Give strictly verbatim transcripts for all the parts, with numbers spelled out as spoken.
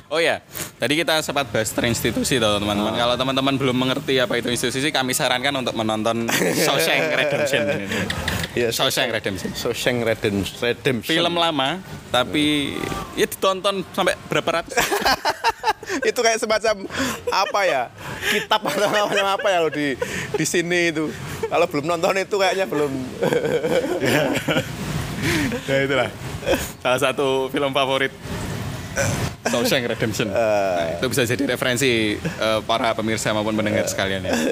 Oh ya, tadi kita sempat bahas terinstitusi toh teman-teman. Oh. Kalau teman-teman belum mengerti apa itu institusi, kami sarankan untuk menonton Shawshank Redemption ini. Ya, Shawshank Redemption. Shawshank Redemption. Film lama, tapi ya ditonton sampai berapa ratus? Itu kayak semacam apa ya? Kitab atau macam apa ya di di sini itu. Kalau belum nonton itu kayaknya belum. Ya itulah. Salah satu film favorit. Shawshank Redemption. Nah, itu bisa jadi referensi uh, para pemirsa maupun pendengar sekalian ya.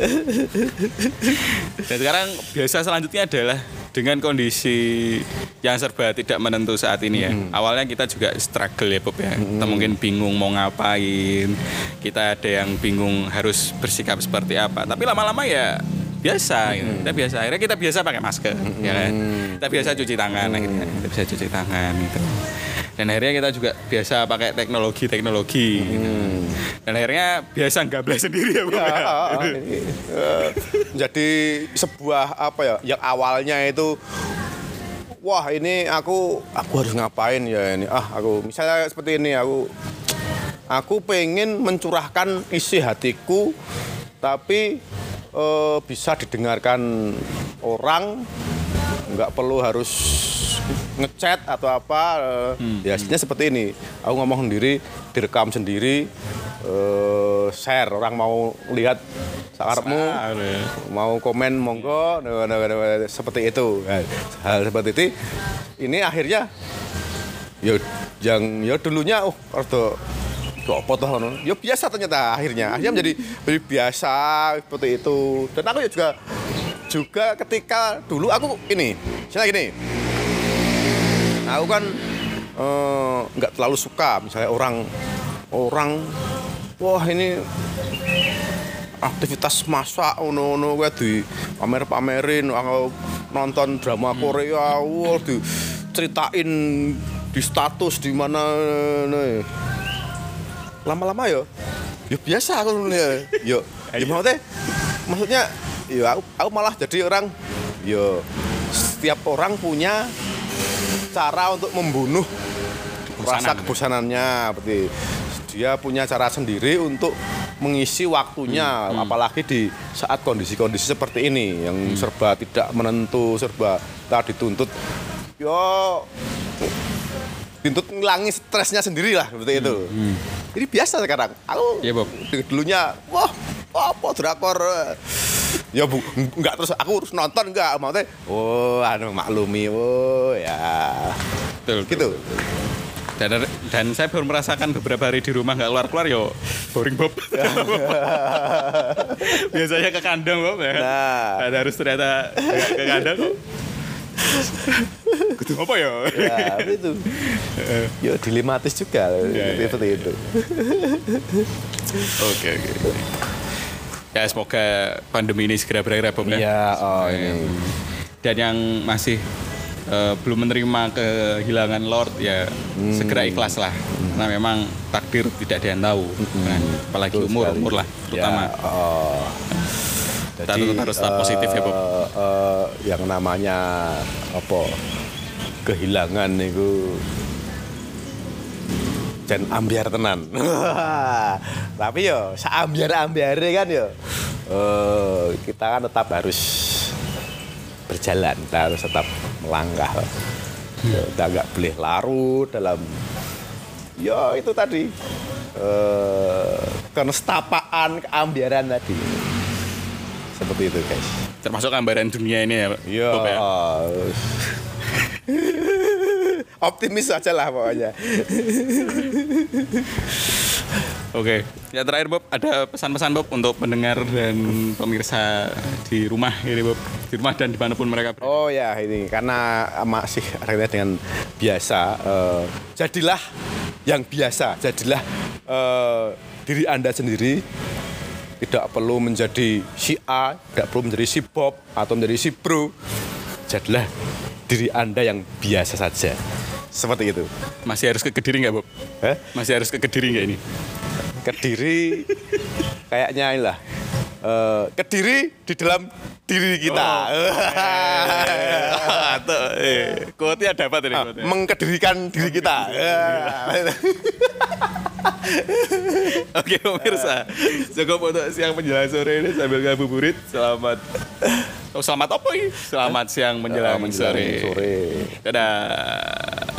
Dan sekarang biasa selanjutnya adalah dengan kondisi yang serba tidak menentu saat ini ya. Hmm. Awalnya kita juga struggle ya Bob ya. Hmm. Kita mungkin bingung mau ngapain. Kita ada yang bingung harus bersikap seperti apa. Tapi lama-lama ya biasa, hmm. gitu. Kita biasa. Akhirnya kita biasa pakai masker, hmm. ya kan? Kita biasa cuci tangan, hmm. akhirnya kita bisa cuci tangan gitu. Dan akhirnya kita juga biasa pakai teknologi-teknologi, hmm. gitu. Dan akhirnya biasa gablas sendiri ya, Bang. Ya, ini, uh, jadi sebuah apa ya? Yang awalnya itu, wah ini aku aku harus ngapain ya ini? Ah aku misalnya seperti ini aku aku pengen mencurahkan isi hatiku, tapi Uh, bisa didengarkan orang, nggak perlu harus ngechat atau apa. Uh, hmm. Ya hasilnya seperti ini. Aku ngomong sendiri, direkam sendiri, uh, share. Orang mau lihat sakarmu, ya. Mau komen monggo, nah, nah, nah, seperti itu. Nah, hal seperti itu. Ini akhirnya, ya yang ya dulunya, oh, ordo. Apa toh, ya biasa ternyata akhirnya akhirnya menjadi lebih biasa seperti itu. Dan aku juga juga ketika dulu aku ini misalnya gini, aku kan nggak eh, terlalu suka misalnya orang orang wah ini aktivitas masak ono-ono kayak di pamer-pamerin, aku nonton drama Korea, wah diceritain di status di mana nih. Lama-lama yo, yo biasa aku ya, yo, yo maksudnya, maksudnya, yo aku, aku malah jadi orang, yo setiap orang punya cara untuk membunuh rasa kebosanannya, seperti dia punya cara sendiri untuk mengisi waktunya, hmm. apalagi di saat kondisi-kondisi seperti ini yang hmm. serba tidak menentu, serba tak dituntut, yo. Dituntut ngilangi stresnya sendiri lah seperti hmm. itu. Hmm. Ini biasa sekarang. Aku ya, Bob. Dulunya, wah, apa drakor? Ya bu, enggak terus aku harus nonton enggak, maksudnya, oh, anu maklumi, oh ya, betul, gitu. Betul. Dan, dan saya baru merasakan beberapa hari di rumah nggak keluar-keluar, yo boring Bob. Biasanya ke kandang Bob ya. Nah, dan harus ternyata ke kandang kok. Kudu apa ya? Ya, itu. Yo dilematis juga ya, seperti ya. Itu. Oke, oke. Ya semoga pandemi ini segera berakhir Bob ya. Iya, oh ini. Dan yang masih uh, belum menerima kehilangan Lord ya hmm. segera ikhlas lah. Hmm. Karena memang takdir tidak ada yang tahu. Hmm. Nah, apalagi betul umur, sekali. Umur lah terutama. Ya, oh. Jadi harus tetap uh, positif ya Bob. Uh, yang namanya apa kehilangan itu jan ambiar tenan. Tapi yo saambiar-ambiare kan yo uh, kita kan tetap harus berjalan, kita harus tetap melangkah. Hmm. Kita nggak boleh larut dalam yo itu tadi uh, kenestapaan keambiaran tadi. Seperti itu guys. Termasuk gambaran dunia ini ya Pak? Iya. Ya? Optimis aja lah pokoknya. Oke. Ya terakhir Bob, ada pesan-pesan Bob untuk pendengar dan pemirsa di rumah ini Bob. Di rumah dan dimanapun mereka berada. Oh ya ini, karena masih akhirnya dengan biasa. Uh, jadilah yang biasa. Jadilah uh, diri Anda sendiri. Tidak perlu menjadi si A, tidak perlu menjadi si Bob atau menjadi si Bro. Jadilah diri Anda yang biasa saja. Seperti itu. Masih harus ke Kediri nggak Bob? Eh? Masih harus ke Kediri nggak ini? Kediri kayaknya inilah. Uh, Kediri di dalam diri kita. Atau oh. eh, quote-nya dapat ini. Mengkedirikan diri kita. Oke pemirsa, cukup untuk siang menjelang sore ini sambil ngabuburit. Selamat, oh selamat apa ini? Selamat siang menjelang, menjelang sore. sore. Dadah.